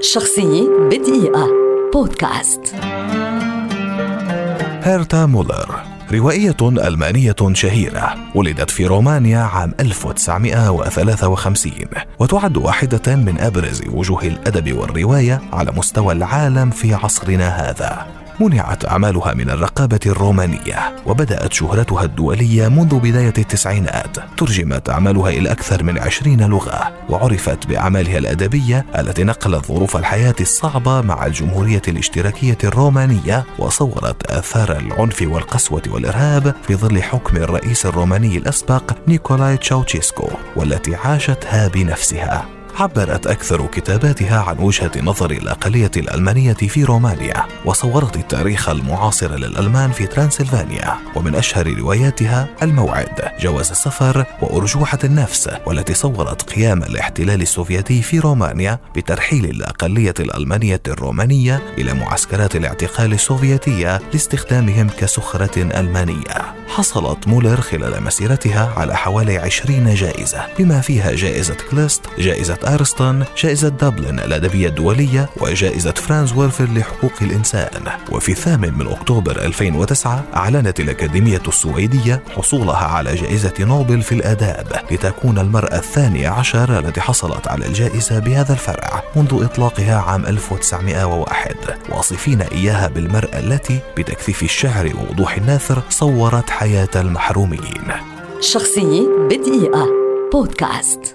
شخصية بدقيقة بودكاست. هيرتا مولر روائية ألمانية شهيرة، ولدت في رومانيا عام 1953 وتعد واحدة من أبرز وجوه الأدب والرواية على مستوى العالم في عصرنا هذا. منعت أعمالها من الرقابة الرومانية وبدأت شهرتها الدولية منذ بداية التسعينات. ترجمت أعمالها إلى أكثر من 20 لغة، وعرفت بأعمالها الأدبية التي نقلت ظروف الحياة الصعبة مع الجمهورية الاشتراكية الرومانية، وصورت آثار العنف والقسوة والإرهاب في ظل حكم الرئيس الروماني الأسبق نيكولاي تشاوشيسكو، والتي عاشتها بنفسها. عبرت أكثر كتاباتها عن وجهة نظر الأقلية الألمانية في رومانيا، وصورت التاريخ المعاصر للألمان في ترانسلفانيا. ومن أشهر رواياتها الموعد، جواز السفر، وأرجوحة النفس، والتي صورت قيام الاحتلال السوفيتي في رومانيا بترحيل الأقلية الألمانية الرومانية إلى معسكرات الاعتقال السوفيتية لاستخدامهم كسخرة ألمانية. حصلت مولر خلال مسيرتها على حوالي 20 جائزة، بما فيها جائزة كليست، جائزة أرستون، جائزة دبلن الأدبية الدولية، وجائزة فرانز وورفر لحقوق الإنسان. وفي 8 أكتوبر 2009 أعلنت الأكاديمية السويدية حصولها على جائزة نوبل في الآداب، لتكون المرأة 12 التي حصلت على الجائزة بهذا الفرع منذ إطلاقها عام 1901، واصفين إياها بالمرأة التي بتكثيف الشعر ووضوح النثر صورت حياة المحرومين. شخصية بدقيقة بودكاست.